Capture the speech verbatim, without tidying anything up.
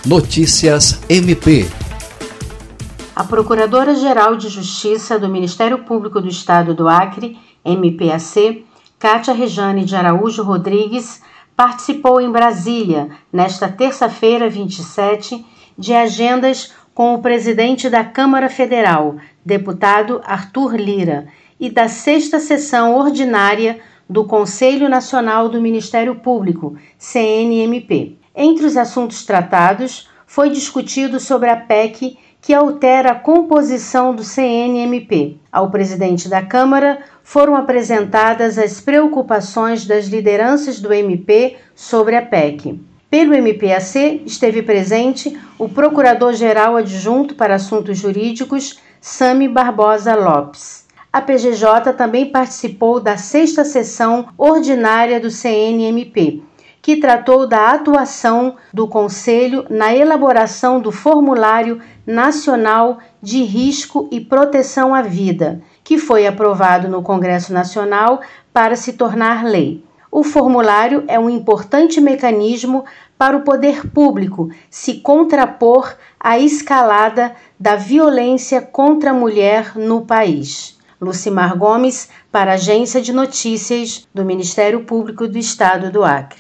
Notícias M P. A Procuradora-Geral de Justiça do Ministério Público do Estado do Acre, M P A C, Kátia Rejane de Araújo Rodrigues, participou em Brasília, nesta terça-feira, vinte e sete, de agendas com o presidente da Câmara Federal, deputado Arthur Lira, e da sexta sessão ordinária do Conselho Nacional do Ministério Público, C N M P. Entre os assuntos tratados, foi discutido sobre a P E C que altera a composição do C N M P. Ao presidente da Câmara foram apresentadas as preocupações das lideranças do M P sobre a P E C. Pelo M P A C esteve presente o Procurador-Geral Adjunto para Assuntos Jurídicos, Sami Barbosa Lopes. A P G J também participou da sexta sessão ordinária do C N M P, que tratou da atuação do Conselho na elaboração do Formulário Nacional de Risco e Proteção à Vida, que foi aprovado no Congresso Nacional para se tornar lei. O formulário é um importante mecanismo para o poder público se contrapor à escalada da violência contra a mulher no país. Lucimar Gomes, para a Agência de Notícias do Ministério Público do Estado do Acre.